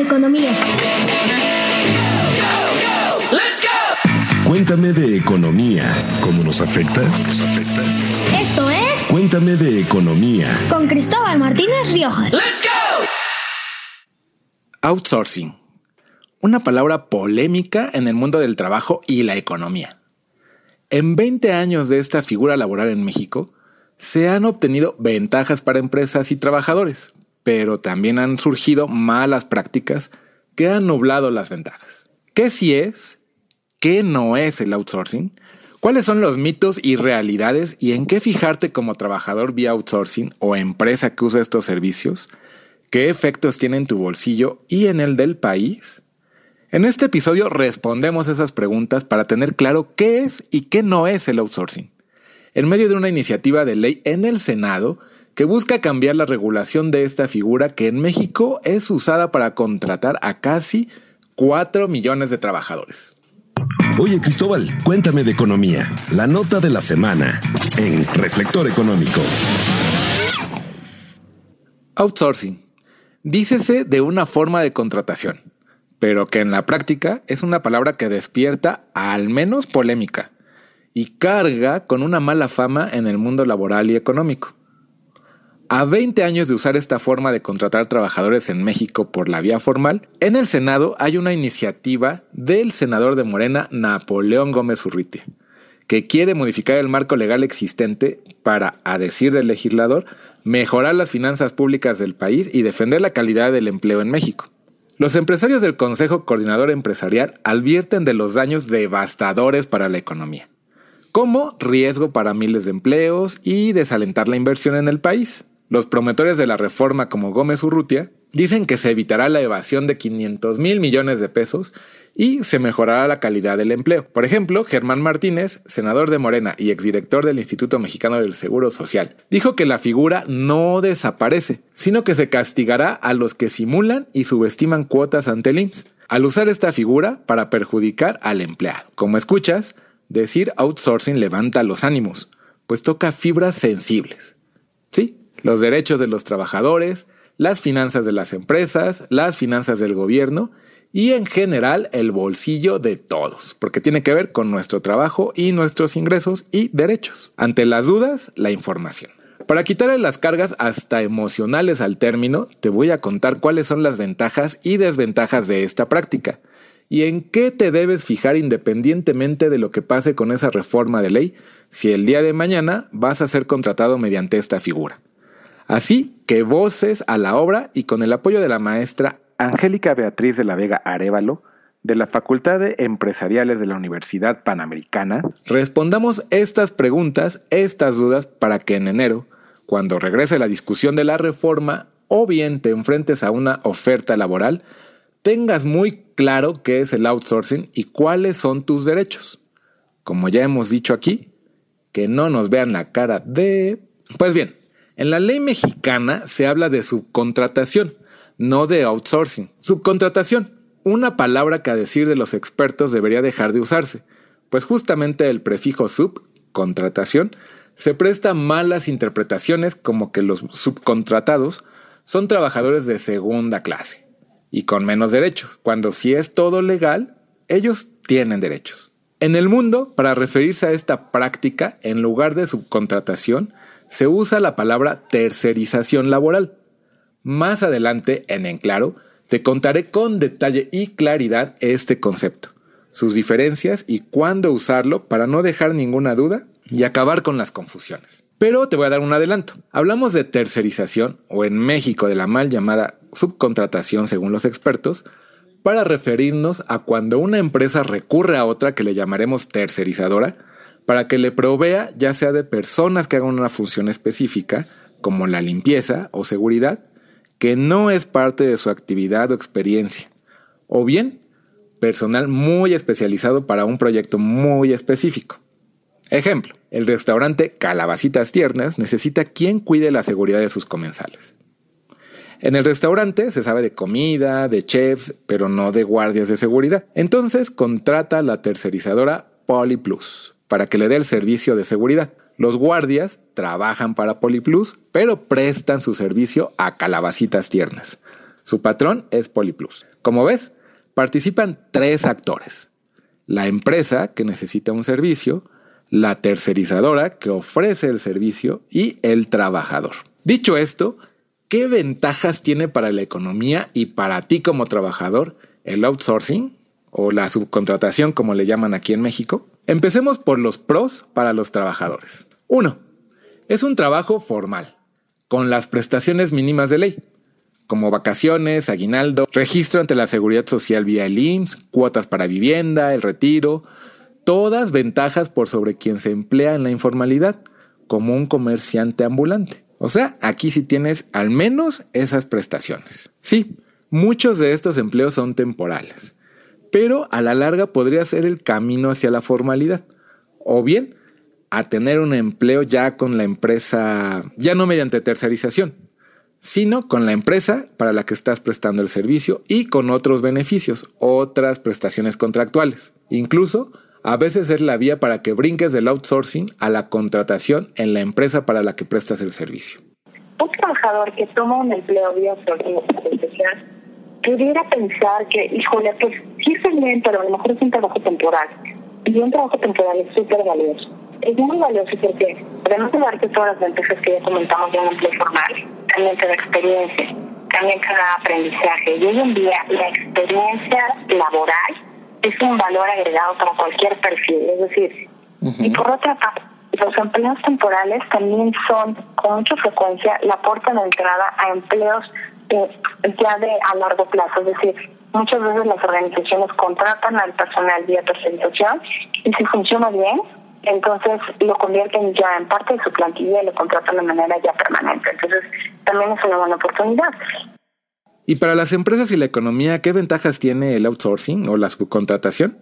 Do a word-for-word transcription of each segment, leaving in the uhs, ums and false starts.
economía. Cuéntame de economía. ¿Cómo nos afecta? ¿Nos afecta? Esto es... Cuéntame de economía. Con Cristóbal Martínez Riojas. ¡Let's go! Outsourcing. Una palabra polémica en el mundo del trabajo y la economía. En veinte años de esta figura laboral en México, se han obtenido ventajas para empresas y trabajadores, pero también han surgido malas prácticas que han nublado las ventajas. ¿Qué sí es? ¿Qué no es el outsourcing? ¿Cuáles son los mitos y realidades y en qué fijarte como trabajador vía outsourcing o empresa que usa estos servicios? ¿Qué efectos tiene en tu bolsillo y en el del país? En este episodio respondemos esas preguntas para tener claro qué es y qué no es el outsourcing, en medio de una iniciativa de ley en el Senado que busca cambiar la regulación de esta figura que en México es usada para contratar a casi cuatro millones de trabajadores. Oye, Cristóbal, cuéntame de economía. La nota de la semana en Reflector Económico. Outsourcing. Dícese de una forma de contratación, pero que en la práctica es una palabra que despierta al menos polémica y carga con una mala fama en el mundo laboral y económico. A veinte años de usar esta forma de contratar trabajadores en México por la vía formal, en el Senado hay una iniciativa del senador de Morena, Napoleón Gómez Urrutia, que quiere modificar el marco legal existente para, a decir del legislador, mejorar las finanzas públicas del país y defender la calidad del empleo en México. Los empresarios del Consejo Coordinador Empresarial advierten de los daños devastadores para la economía, como riesgo para miles de empleos y desalentar la inversión en el país. Los promotores de la reforma como Gómez Urrutia dicen que se evitará la evasión de quinientos mil millones de pesos y se mejorará la calidad del empleo. Por ejemplo, Germán Martínez, senador de Morena y exdirector del Instituto Mexicano del Seguro Social, dijo que la figura no desaparece, sino que se castigará a los que simulan y subestiman cuotas ante el I M S S, al usar esta figura para perjudicar al empleado. Como escuchas, decir outsourcing levanta los ánimos, pues toca fibras sensibles. Sí, los derechos de los trabajadores, las finanzas de las empresas, las finanzas del gobierno y en general el bolsillo de todos, porque tiene que ver con nuestro trabajo y nuestros ingresos y derechos. Ante las dudas, la información. Para quitarle las cargas hasta emocionales al término, te voy a contar cuáles son las ventajas y desventajas de esta práctica y en qué te debes fijar independientemente de lo que pase con esa reforma de ley si el día de mañana vas a ser contratado mediante esta figura. Así que voces a la obra y con el apoyo de la maestra Angélica Beatriz de la Vega Arévalo, de la Facultad de Empresariales de la Universidad Panamericana, respondamos estas preguntas, estas dudas, para que en enero, cuando regrese la discusión de la reforma o bien te enfrentes a una oferta laboral, tengas muy claro qué es el outsourcing y cuáles son tus derechos. Como ya hemos dicho aquí, que no nos vean la cara de... Pues bien, en la ley mexicana se habla de subcontratación, no de outsourcing. Subcontratación, una palabra que a decir de los expertos debería dejar de usarse, pues justamente el prefijo sub, contratación, se presta a malas interpretaciones como que los subcontratados son trabajadores de segunda clase y con menos derechos, cuando si es todo legal, ellos tienen derechos. En el mundo, para referirse a esta práctica, en lugar de subcontratación, se usa la palabra tercerización laboral. Más adelante, en En Claro, te contaré con detalle y claridad este concepto, sus diferencias y cuándo usarlo para no dejar ninguna duda y acabar con las confusiones. Pero te voy a dar un adelanto. Hablamos de tercerización, o en México de la mal llamada subcontratación según los expertos, para referirnos a cuando una empresa recurre a otra que le llamaremos tercerizadora, para que le provea ya sea de personas que hagan una función específica, como la limpieza o seguridad, que no es parte de su actividad o experiencia, o bien personal muy especializado para un proyecto muy específico. Ejemplo, el restaurante Calabacitas Tiernas necesita quien cuide la seguridad de sus comensales. En el restaurante se sabe de comida, de chefs, pero no de guardias de seguridad. Entonces contrata a la tercerizadora PoliPlus para que le dé el servicio de seguridad. Los guardias trabajan para PoliPlus, pero prestan su servicio a Calabacitas Tiernas. Su patrón es Poliplus. Como ves, participan tres actores: la empresa que necesita un servicio, la tercerizadora que ofrece el servicio y el trabajador. Dicho esto, ¿qué ventajas tiene para la economía y para ti como trabajador el outsourcing o la subcontratación, como le llaman aquí en México? Empecemos por los pros para los trabajadores. Uno, es un trabajo formal, con las prestaciones mínimas de ley, como vacaciones, aguinaldo, registro ante la Seguridad Social vía el I M S S, cuotas para vivienda, el retiro, todas ventajas por sobre quien se emplea en la informalidad, como un comerciante ambulante. O sea, aquí sí tienes al menos esas prestaciones. Sí, muchos de estos empleos son temporales, pero a la larga podría ser el camino hacia la formalidad. O bien, a tener un empleo ya con la empresa, ya no mediante tercerización, sino con la empresa para la que estás prestando el servicio y con otros beneficios, otras prestaciones contractuales. Incluso, a veces es la vía para que brinques del outsourcing a la contratación en la empresa para la que prestas el servicio. Un trabajador que toma un empleo vía outsourcing o tercerización pudiera pensar que, híjole, pues sí es bien, pero a lo mejor es un trabajo temporal. Y un trabajo temporal es súper valioso. Es muy valioso porque, además de darte todas las ventajas que ya comentamos de un empleo formal, también te da experiencia, también te da aprendizaje. Y hoy en día la experiencia laboral es un valor agregado para cualquier perfil. Es decir, uh-huh. Y por otra parte, los empleos temporales también son, con mucha frecuencia, la puerta de entrada a empleos eh, ya de a largo plazo. Es decir, muchas veces las organizaciones contratan al personal vía tercerización y si funciona bien, entonces lo convierten ya en parte de su plantilla y lo contratan de manera ya permanente. Entonces también es una buena oportunidad. Y para las empresas y la economía, ¿qué ventajas tiene el outsourcing o la subcontratación?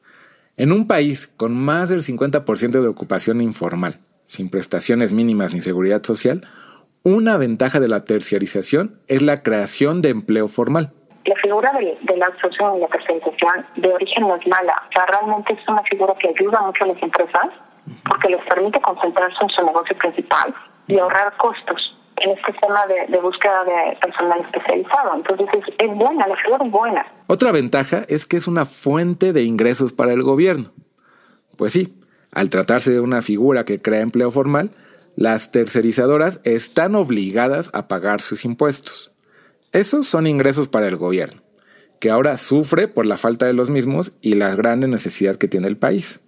En un país con más del cincuenta por ciento de ocupación informal, sin prestaciones mínimas ni seguridad social, una ventaja de la terciarización es la creación de empleo formal. La figura del, del outsourcing y la tercerización de origen no es mala. O sea, realmente es una figura que ayuda mucho a las empresas porque les permite concentrarse en su negocio principal y ahorrar costos en este tema de, de búsqueda de personal especializado. Entonces es, es buena, la figura es buena. Otra ventaja es que es una fuente de ingresos para el gobierno. Pues sí, al tratarse de una figura que crea empleo formal, las tercerizadoras están obligadas a pagar sus impuestos. Esos son ingresos para el gobierno, que ahora sufre por la falta de los mismos y la gran necesidad que tiene el país.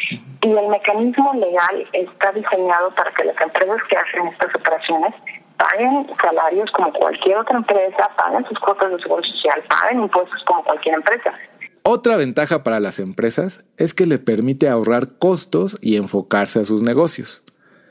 Y el mecanismo legal está diseñado para que las empresas que hacen estas operaciones paguen salarios como cualquier otra empresa, paguen sus cuotas de seguro social, paguen impuestos como cualquier empresa. Otra ventaja para las empresas es que le permite ahorrar costos y enfocarse a sus negocios.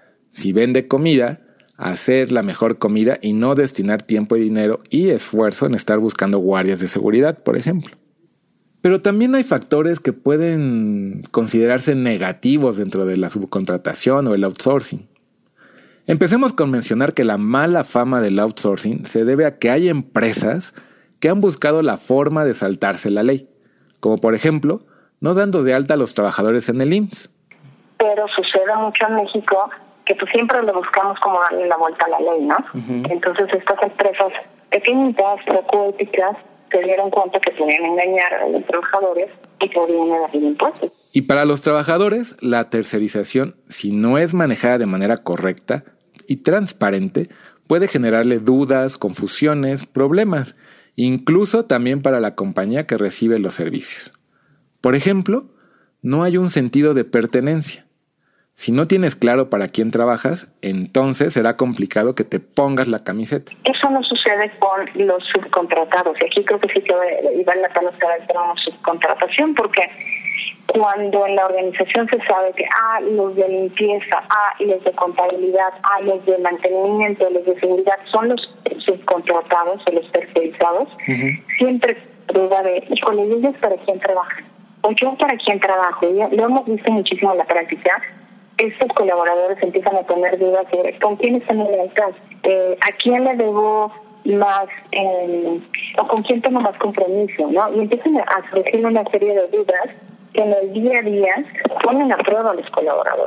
Si vende comida, hacer la mejor comida y no destinar tiempo y dinero y esfuerzo en estar buscando guardias de seguridad, por ejemplo. Pero también hay factores que pueden considerarse negativos dentro de la subcontratación o el outsourcing. Empecemos con mencionar que la mala fama del outsourcing se debe a que hay empresas que han buscado la forma de saltarse la ley, como por ejemplo, no dando de alta a los trabajadores en el I M S S. Pero sucede mucho en México que pues siempre le buscamos como darle la vuelta a la ley, ¿no? Uh-huh. Entonces estas empresas pequeñitas, poco éticas, se dieron cuenta que podían engañar a los trabajadores y podían evadir impuestos. Y para los trabajadores, la tercerización, si no es manejada de manera correcta y transparente, puede generarle dudas, confusiones, problemas, incluso también para la compañía que recibe los servicios. Por ejemplo, no hay un sentido de pertenencia. Si no tienes claro para quién trabajas, entonces será complicado que te pongas la camiseta. Eso no sucede con los subcontratados. Y aquí creo que sí que vale la pena estar en subcontratación, porque cuando en la organización se sabe que ah, los de limpieza, ah, los de contabilidad, ah, los de mantenimiento, los de seguridad son los subcontratados o los tercerizados, uh-huh. Siempre duda de, híjole, ¿ellos para quién trabajan? O yo para quién trabajo. Y lo hemos visto muchísimo en la práctica. Estos colaboradores empiezan a tener dudas sobre con quién están en lealtad, eh, a quién le debo más, eh, o con quién tengo más compromiso, ¿no? Y empiezan a surgir una serie de dudas que en el día a día ponen a prueba a los colaboradores.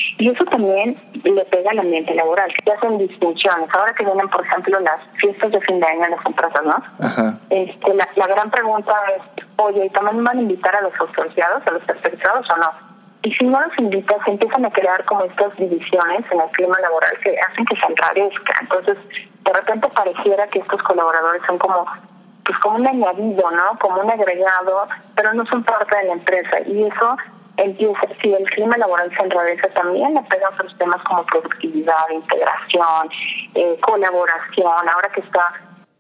Y eso también le pega al ambiente laboral, que hacen distinciones. Ahora que vienen, por ejemplo, las fiestas de fin de año en las empresas, ¿no? Ajá. Este, la, la gran pregunta es, oye, ¿y también van a invitar a los autorizados, a los tercerizados o no? Y si no los invitas, se empiezan a crear como estas divisiones en el clima laboral que hacen que se enrarezca. Entonces, de repente pareciera que estos colaboradores son como pues como un añadido, ¿no? Como un agregado, pero no son parte de la empresa. Y eso empieza, si el clima laboral se enrarece, también le pega a otros temas como productividad, integración, eh, colaboración. Ahora que está...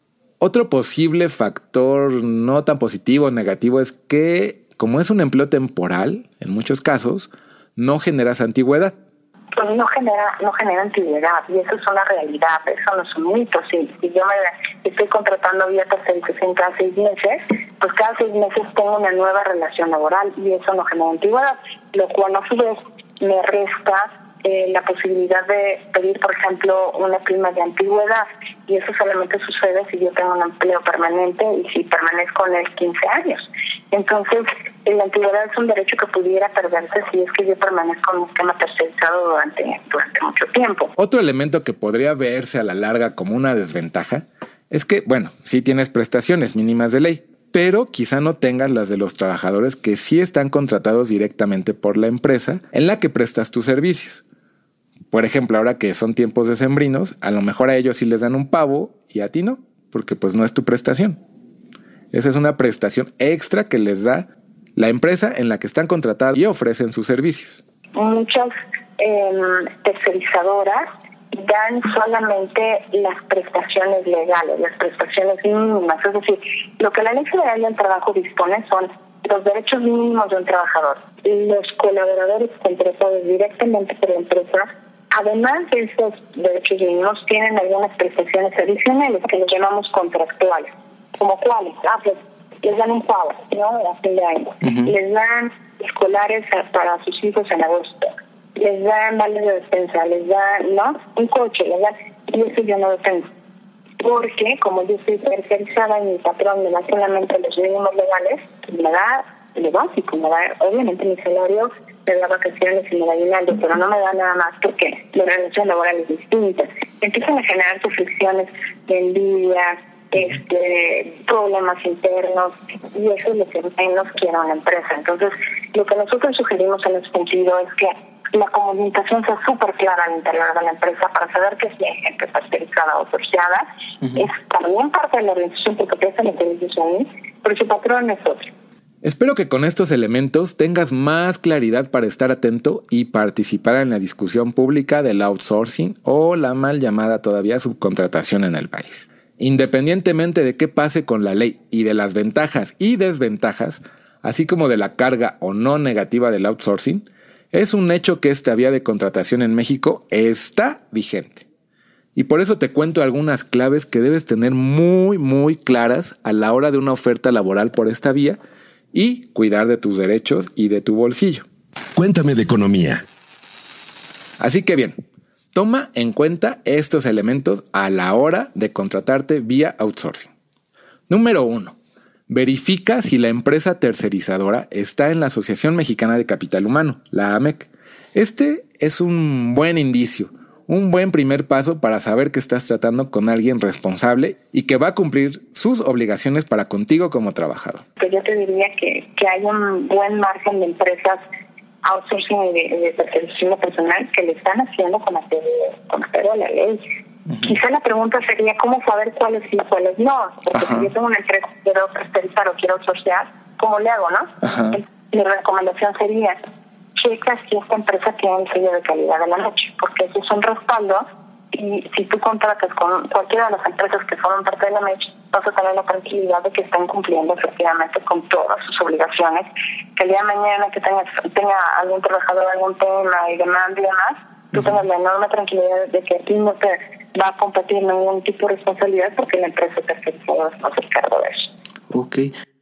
Otro posible factor no tan positivo o negativo es que, como es un empleo temporal, en muchos casos, no generas antigüedad. Pues no genera no genera antigüedad, y eso es una realidad, eso no es un mito. Si, si yo me estoy contratando vía tercerización cada seis meses, pues cada seis meses tengo una nueva relación laboral y eso no genera antigüedad, lo cual a su vez me resta eh, la posibilidad de pedir, por ejemplo, una prima de antigüedad, y eso solamente sucede si yo tengo un empleo permanente y si permanezco en él quince años. Entonces, la antigüedad es un derecho que pudiera perderse si es que yo permanezco en un esquema tercerizado durante, durante mucho tiempo. Otro elemento que podría verse a la larga como una desventaja es que, bueno, sí tienes prestaciones mínimas de ley, pero quizá no tengas las de los trabajadores que sí están contratados directamente por la empresa en la que prestas tus servicios. Por ejemplo, ahora que son tiempos decembrinos, a lo mejor a ellos sí les dan un pavo y a ti no, porque pues no es tu prestación. Esa es una prestación extra que les da la empresa en la que están contratados y ofrecen sus servicios. Muchas eh, tercerizadoras dan solamente las prestaciones legales, las prestaciones mínimas. Es decir, lo que la Ley Federal del Trabajo dispone son los derechos mínimos de un trabajador. Los colaboradores contratados directamente por la empresa, además de esos derechos mínimos, tienen algunas prestaciones adicionales que los llamamos contractuales. ¿Como cuáles? Ah, pues les dan un pago, ¿no? A fin de año. Uh-huh. Les dan escolares para sus hijos en agosto. Les dan vales de despensa, les dan, ¿no? Un coche, les dan. Y eso yo no lo tengo. Porque, como yo estoy tercerizada y mi patrón me da solamente los mínimos legales, me da lo básico, me da, obviamente, mi salario, me da vacaciones y me da aguinaldo, pero no me da nada más porque la relación laboral es distinta. Empiezan a generar fricciones de envidia, este, problemas internos, y eso es lo que menos quiere una empresa. Entonces, lo que nosotros sugerimos en ese sentido es que la comunicación sea súper clara al interior de la empresa para saber que si hay gente tercerizada o asociada, uh-huh. es también parte de la organización porque presta los servicios ahí, pero su patrón es otro. Espero que con estos elementos tengas más claridad para estar atento y participar en la discusión pública del outsourcing o la mal llamada todavía subcontratación en el país. Independientemente de qué pase con la ley y de las ventajas y desventajas, así como de la carga o no negativa del outsourcing, es un hecho que esta vía de contratación en México está vigente. Y por eso te cuento algunas claves que debes tener muy, muy claras a la hora de una oferta laboral por esta vía y cuidar de tus derechos y de tu bolsillo. Cuéntame de economía. Así que bien, toma en cuenta estos elementos a la hora de contratarte vía outsourcing. Número uno. Verifica si la empresa tercerizadora está en la Asociación Mexicana de Capital Humano, la A M E C. Este es un buen indicio, un buen primer paso para saber que estás tratando con alguien responsable y que va a cumplir sus obligaciones para contigo como trabajador. Pues yo te diría que, que hay un buen margen de empresas outsourcing y de, de tercerización personal que le están haciendo con apego a la ley. Uh-huh. Quizá la pregunta sería cómo saber cuáles sí y cuáles no, porque uh-huh. si yo tengo una empresa que quiero tercerizar o quiero outsourcear, ¿cómo le hago, no? Uh-huh. Mi recomendación sería checa si esta empresa tiene el sello de calidad de la noche, porque eso es un respaldo, y si tú contratas con cualquiera de las empresas que forman parte de la M E C, vas a tener la tranquilidad de que están cumpliendo efectivamente con todas sus obligaciones, que el día de mañana que tenga, tenga algún trabajador algún tema y demanda y demás, tú tengas la enorme tranquilidad de que a ti no te va a competir ningún tipo de responsabilidad porque la empresa tercerizadora va a hacer cargo de eso. Ok.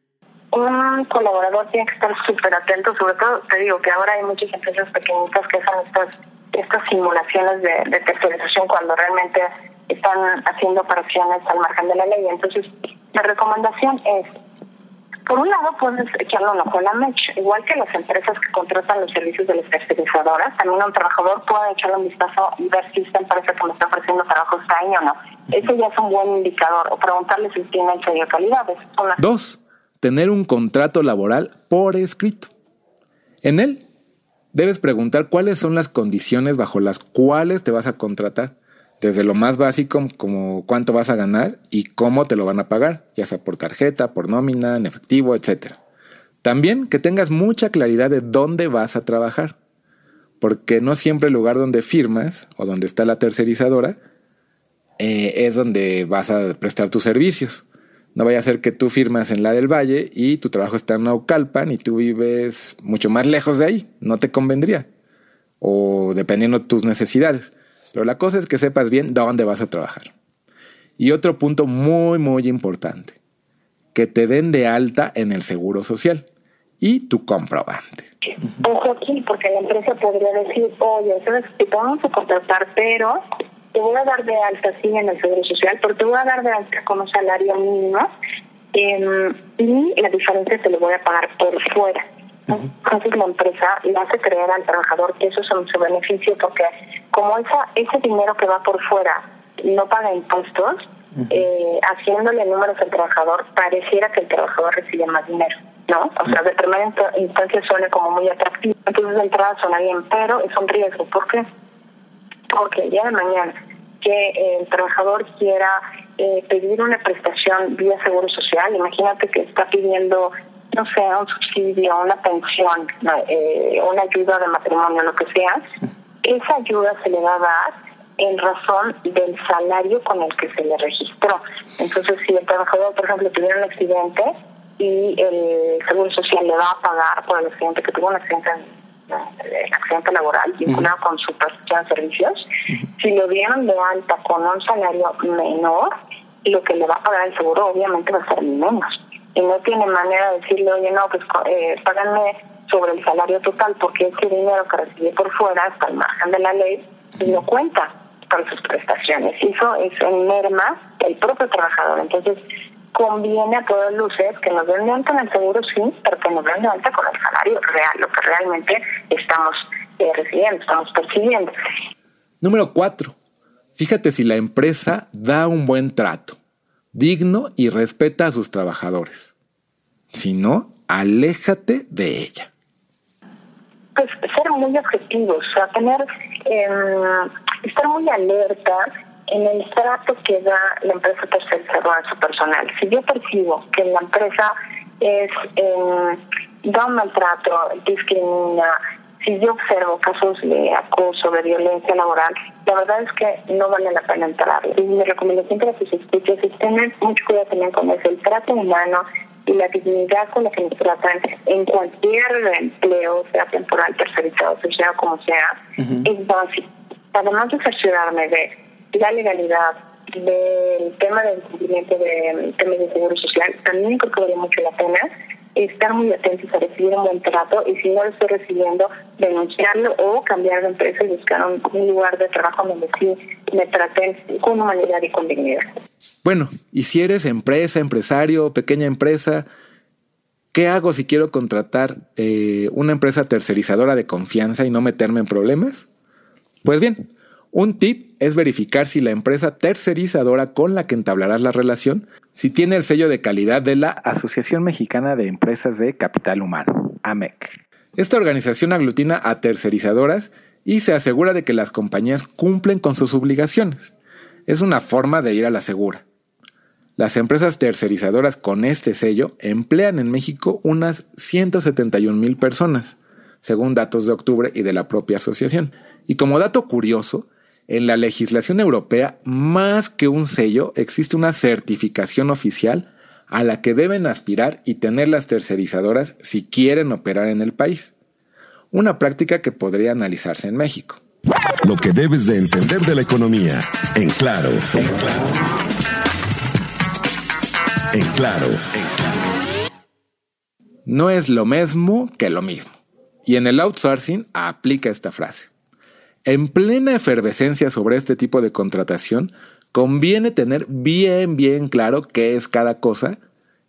Un colaborador tiene que estar súper atento, sobre todo, te digo que ahora hay muchas empresas pequeñitas que hacen estas estas simulaciones de, de tercerización cuando realmente están haciendo operaciones al margen de la ley. Entonces, la recomendación es Por un lado, puedes echarle un ojo a la mecha. Igual que las empresas que contratan los servicios de las tercerizadoras, también un trabajador puede echarle un vistazo y ver si esta empresa que me está ofreciendo trabajo está ahí o no. Eso ya es un buen indicador. O preguntarle si tiene el sello de calidad. Es una... Dos, tener un contrato laboral por escrito. En él, debes preguntar cuáles son las condiciones bajo las cuales te vas a contratar. Desde lo más básico, como cuánto vas a ganar y cómo te lo van a pagar, ya sea por tarjeta, por nómina, en efectivo, etcétera. También que tengas mucha claridad de dónde vas a trabajar, porque no siempre el lugar donde firmas o donde está la tercerizadora eh, es donde vas a prestar tus servicios. No vaya a ser que tú firmas en la del Valle y tu trabajo está en Naucalpan y tú vives mucho más lejos de ahí. No te convendría, o dependiendo de tus necesidades. Pero la cosa es que sepas bien dónde vas a trabajar. Y otro punto muy, muy importante. Que te den de alta en el Seguro Social y tu comprobante. Ojo aquí, porque la empresa podría decir, oye, sabes que te vamos a contratar, pero te voy a dar de alta sí en el Seguro Social, pero te voy a dar de alta con un salario mínimo eh, y la diferencia te lo voy a pagar por fuera. Entonces la empresa le hace creer al trabajador que eso es un su beneficio, porque como esa, ese dinero que va por fuera no paga impuestos, uh-huh. eh, haciéndole números al trabajador, pareciera que el trabajador recibe más dinero, ¿no? O sea, de primera instancia suena como muy atractivo, entonces de entrada suena bien, pero es un riesgo. ¿Por qué? Porque el día de mañana que el trabajador quiera eh, pedir una prestación vía Seguro Social, imagínate que está pidiendo, no sé, un subsidio, una pensión, eh, una ayuda de matrimonio, lo que sea, esa ayuda se le va a dar en razón del salario con el que se le registró. Entonces, si el trabajador, por ejemplo, tuviera un accidente y el Seguro Social le va a pagar por el accidente, que tuvo un accidente, el accidente laboral vinculado uh-huh. con su prestación de servicios, uh-huh. si lo dieron de alta con un salario menor, lo que le va a pagar el seguro obviamente va a ser menos. Y no tiene manera de decirle, oye, no, pues eh, páganme sobre el salario total, porque ese dinero que recibí por fuera está al margen de la ley y no cuenta para sus prestaciones. Y eso es en merma del propio trabajador. Entonces, conviene a todas luces que nos den de alta en el seguro, sí, pero que nos den de alta con el salario real, lo que realmente estamos eh, recibiendo, estamos percibiendo. Número cuatro. Fíjate si la empresa da un buen trato, digno y respeta a sus trabajadores. Si no, aléjate de ella. Pues ser muy objetivos, o sea, tener, eh, estar muy alerta en el trato que da la empresa tercerizadora a su personal. Si yo percibo que la empresa es eh, da un maltrato, discrimina, si yo observo casos de acoso, de violencia laboral, la verdad es que no vale la pena entrar. Y mi recomendación para sus escuchas es tener mucho cuidado también con eso, el trato humano y la dignidad con la que nos tratan en cualquier empleo, sea temporal, tercerizado, sea como sea, uh-huh. es básico. Además de cerciorarme de la legalidad, del tema del cumplimiento de temas de seguro social, también creo que vale mucho la pena estar muy atentos a recibir un buen trato, y si no lo estoy recibiendo, denunciarlo o cambiar de empresa y buscar un, un lugar de trabajo donde sí me traten con humanidad y con dignidad. Bueno, y si eres empresa, empresario, pequeña empresa, ¿qué hago si quiero contratar eh, una empresa tercerizadora de confianza y no meterme en problemas? Pues bien, un tip es verificar si la empresa tercerizadora con la que entablarás la relación, si tiene el sello de calidad de la Asociación Mexicana de Empresas de Capital Humano, A M E C. Esta organización aglutina a tercerizadoras y se asegura de que las compañías cumplen con sus obligaciones. Es una forma de ir a la segura. Las empresas tercerizadoras con este sello emplean en México unas ciento setenta y un mil personas, según datos de octubre y de la propia asociación. Y como dato curioso, en la legislación europea, más que un sello, existe una certificación oficial a la que deben aspirar y tener las tercerizadoras si quieren operar en el país. Una práctica que podría analizarse en México. Lo que debes de entender de la economía, en claro. En claro. En claro. En claro. No es lo mismo que lo mismo. Y en el outsourcing aplica esta frase. En plena efervescencia sobre este tipo de contratación, conviene tener bien, bien claro qué es cada cosa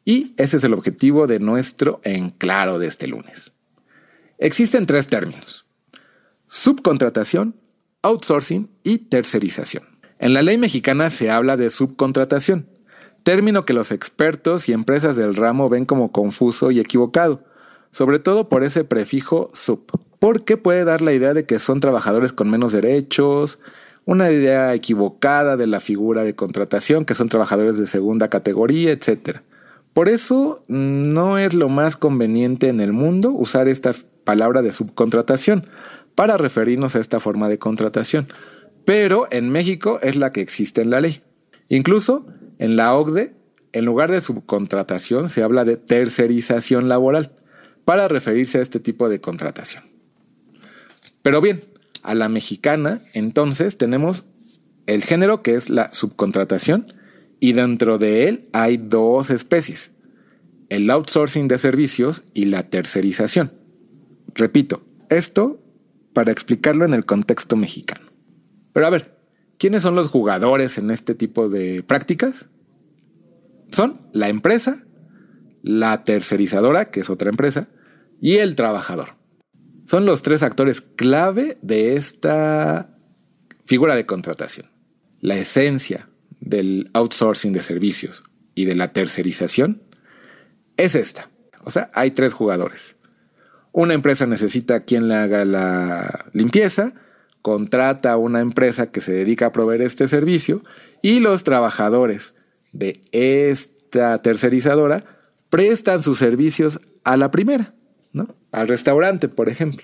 Y ese es el objetivo de nuestro En Claro de este lunes. Existen tres términos: subcontratación, outsourcing y tercerización. En la ley mexicana se habla de subcontratación, término que los expertos y empresas del ramo ven como confuso y equivocado, sobre todo por ese prefijo sub, porque puede dar la idea de que son trabajadores con menos derechos, una idea equivocada de la figura de contratación, que son trabajadores de segunda categoría, etcétera. Por eso no es lo más conveniente en el mundo usar esta palabra de subcontratación para referirnos a esta forma de contratación. Pero en México es la que existe en la ley. Incluso en la O C D E, en lugar de subcontratación, se habla de tercerización laboral para referirse a este tipo de contratación. Pero bien, a la mexicana, entonces, tenemos el género que es la subcontratación y dentro de él hay dos especies: el outsourcing de servicios y la tercerización. Repito, esto para explicarlo en el contexto mexicano. Pero a ver, ¿quiénes son los jugadores en este tipo de prácticas? Son la empresa, la tercerizadora, que es otra empresa, y el trabajador. Son los tres actores clave de esta figura de contratación. La esencia del outsourcing de servicios y de la tercerización es esta. O sea, hay tres jugadores. Una empresa necesita a quien le haga la limpieza, contrata a una empresa que se dedica a proveer este servicio y los trabajadores de esta tercerizadora prestan sus servicios a la primera, ¿no? Al restaurante, por ejemplo.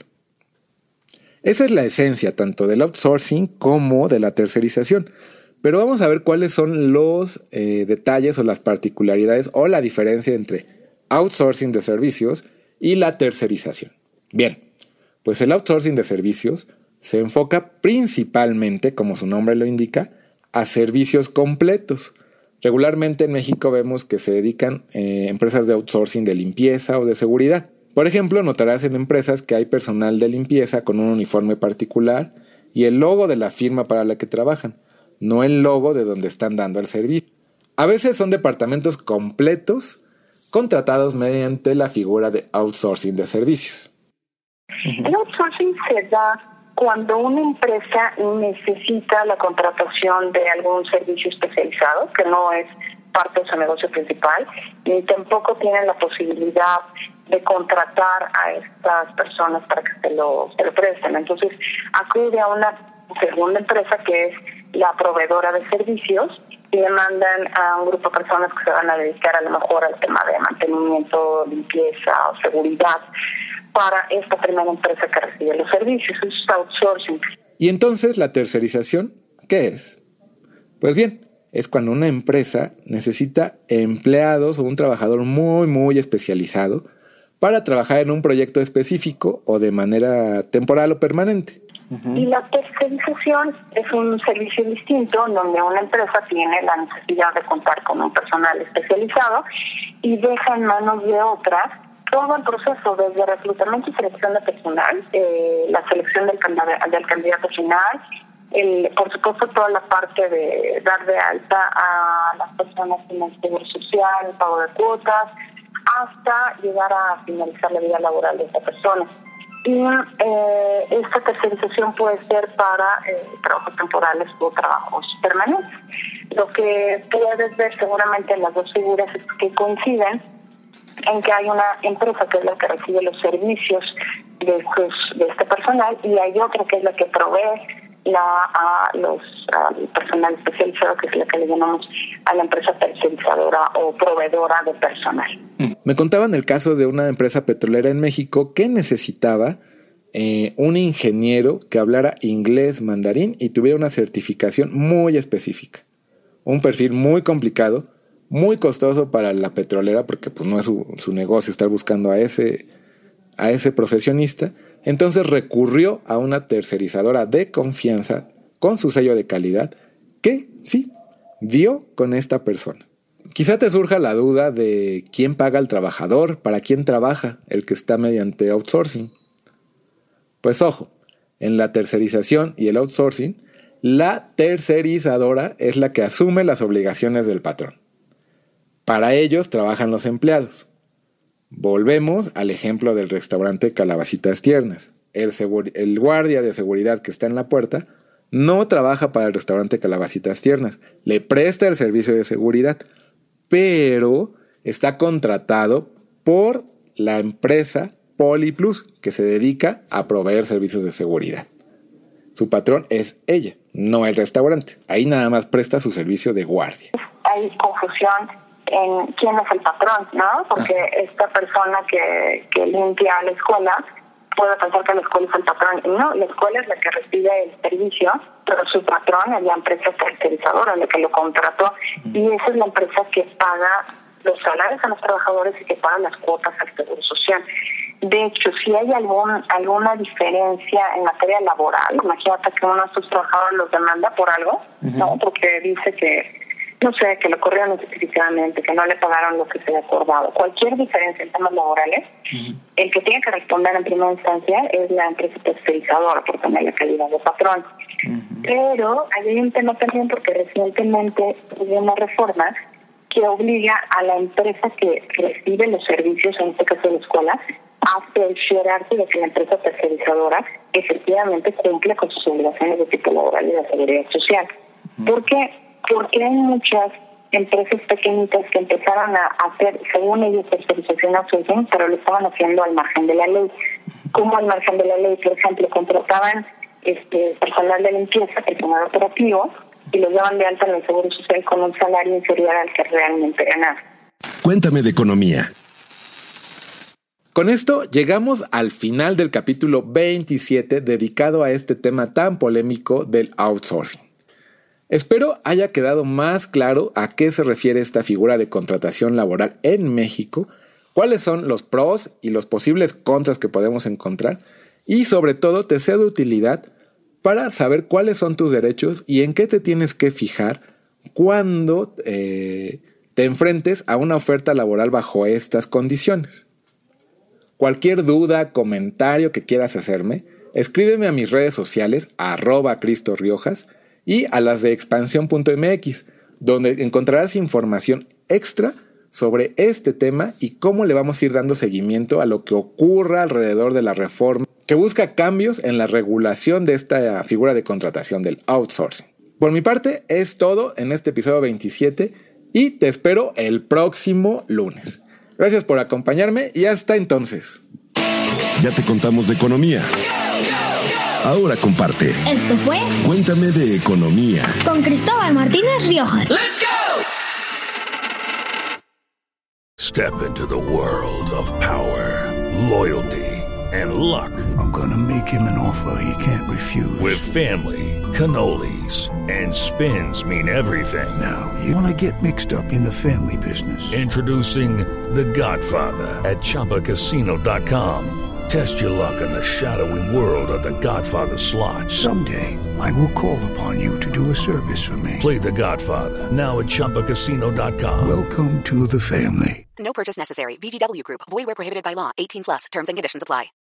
Esa es la esencia tanto del outsourcing como de la tercerización. Pero vamos a ver cuáles son los eh, detalles o las particularidades o la diferencia entre outsourcing de servicios y la tercerización. Bien, pues el outsourcing de servicios se enfoca principalmente, como su nombre lo indica, a servicios completos. Regularmente en México vemos que se dedican eh, empresas de outsourcing de limpieza o de seguridad. Por ejemplo, notarás en empresas que hay personal de limpieza con un uniforme particular y el logo de la firma para la que trabajan, no el logo de donde están dando el servicio. A veces son departamentos completos contratados mediante la figura de outsourcing de servicios. El outsourcing se da cuando una empresa necesita la contratación de algún servicio especializado, que no es parte de su negocio principal, ni tampoco tienen la posibilidad de contratar a estas personas para que se lo, se lo presten. Entonces, acude a una segunda empresa que es la proveedora de servicios y le mandan a un grupo de personas que se van a dedicar a lo mejor al tema de mantenimiento, limpieza o seguridad para esta primera empresa que recibe los servicios. Eso es outsourcing. Y entonces, ¿la tercerización qué es? Pues bien, es cuando una empresa necesita empleados o un trabajador muy, muy especializado para trabajar en un proyecto específico o de manera temporal o permanente. Uh-huh. Y la tercerización es un servicio distinto donde una empresa tiene la necesidad de contar con un personal especializado y deja en manos de otras todo el proceso, desde reclutamiento y selección de personal, eh, la selección del candidato, del candidato final, el, por supuesto toda la parte de dar de alta a las personas en el seguro social, el pago de cuotas, hasta llegar a finalizar la vida laboral de esa persona. Y eh, esta tercerización puede ser para eh, trabajos temporales o trabajos permanentes. Lo que puedes ver seguramente en las dos figuras es que coinciden en que hay una empresa que es la que recibe los servicios de, estos, de este personal y hay otra que es la que provee la, a los al personal especializado, que es la que le llamamos a la empresa tercerizadora o proveedora de personal. Me contaban el caso de una empresa petrolera en México que necesitaba eh, un ingeniero que hablara inglés, mandarín y tuviera una certificación muy específica. Un perfil muy complicado, muy costoso para la petrolera porque pues, no es su, su negocio estar buscando a ese, a ese profesionista. Entonces recurrió a una tercerizadora de confianza con su sello de calidad que, sí, dio con esta persona. Quizá te surja la duda de quién paga al trabajador, para quién trabaja el que está mediante outsourcing. Pues ojo, en la tercerización y el outsourcing, la tercerizadora es la que asume las obligaciones del patrón. Para ellos trabajan los empleados. Volvemos al ejemplo del restaurante Calabacitas Tiernas. El, seguri- el guardia de seguridad que está en la puerta no trabaja para el restaurante Calabacitas Tiernas. Le presta el servicio de seguridad, pero está contratado por la empresa Poliplus, que se dedica a proveer servicios de seguridad. Su patrón es ella, no el restaurante. Ahí nada más presta su servicio de guardia. Hay confusión en quién es el patrón, ¿no? Porque Ajá. esta persona que, que limpia la escuela puede pensar que la escuela es el patrón. Y no, la escuela es la que recibe el servicio, pero su patrón es la empresa tercerizadora, la que lo contrató. Y esa es la empresa que paga los salarios a los trabajadores y que paga las cuotas al Seguro Social. De hecho, si hay algún, alguna diferencia en materia laboral, imagínate que uno de sus trabajadores los demanda por algo, uh-huh. ¿no? Porque dice que, no sé, que lo corrieron injustificadamente, que no le pagaron lo que se había acordado. Cualquier diferencia en temas laborales, uh-huh. el que tiene que responder en primera instancia es la empresa tercerizadora por tener la calidad de patrón. Uh-huh. Pero hay un tema también porque recientemente hubo una reforma que obliga a la empresa que recibe los servicios, en este caso de la escuela, a cerciorarse de que la empresa tercerizadora efectivamente cumple con sus obligaciones de tipo laboral y de seguridad social. ¿Por qué? Porque hay muchas empresas pequeñitas que empezaron a hacer, según ellos, tercerización outsourcing, pero lo estaban haciendo al margen de la ley. ¿Cómo al margen de la ley? Por ejemplo, contrataban este personal de limpieza, personal operativo, y los daban de alta en el Seguro Social con un salario inferior al que realmente ganaban. Cuéntame de economía. Con esto llegamos al final del capítulo veintisiete dedicado a este tema tan polémico del outsourcing. Espero haya quedado más claro a qué se refiere esta figura de contratación laboral en México, cuáles son los pros y los posibles contras que podemos encontrar y sobre todo te sea de utilidad para saber cuáles son tus derechos y en qué te tienes que fijar cuando eh, te enfrentes a una oferta laboral bajo estas condiciones. Cualquier duda, comentario que quieras hacerme, escríbeme a mis redes sociales, arroba Cristo Riojas, y a las de expansión punto m x, donde encontrarás información extra sobre este tema y cómo le vamos a ir dando seguimiento a lo que ocurra alrededor de la reforma que busca cambios en la regulación de esta figura de contratación del outsourcing. Por mi parte, es todo en este episodio veintisiete y te espero el próximo lunes. Gracias por acompañarme y hasta entonces. Ya te contamos de economía. Ahora comparte. Esto fue Cuéntame de economía con Cristóbal Martínez Riojas. Let's go! Step into the world of power, loyalty, and luck. I'm gonna make him an offer he can't refuse. With family, cannolis, and spins mean everything. Now, you wanna get mixed up in the family business. Introducing The Godfather at Chumba Casino dot com. Test your luck in the shadowy world of The Godfather slot. Someday, I will call upon you to do a service for me. Play The Godfather, now at Chumba Casino dot com. Welcome to the family. No purchase necessary. V G W Group. Void where prohibited by law. eighteen plus. Terms and conditions apply.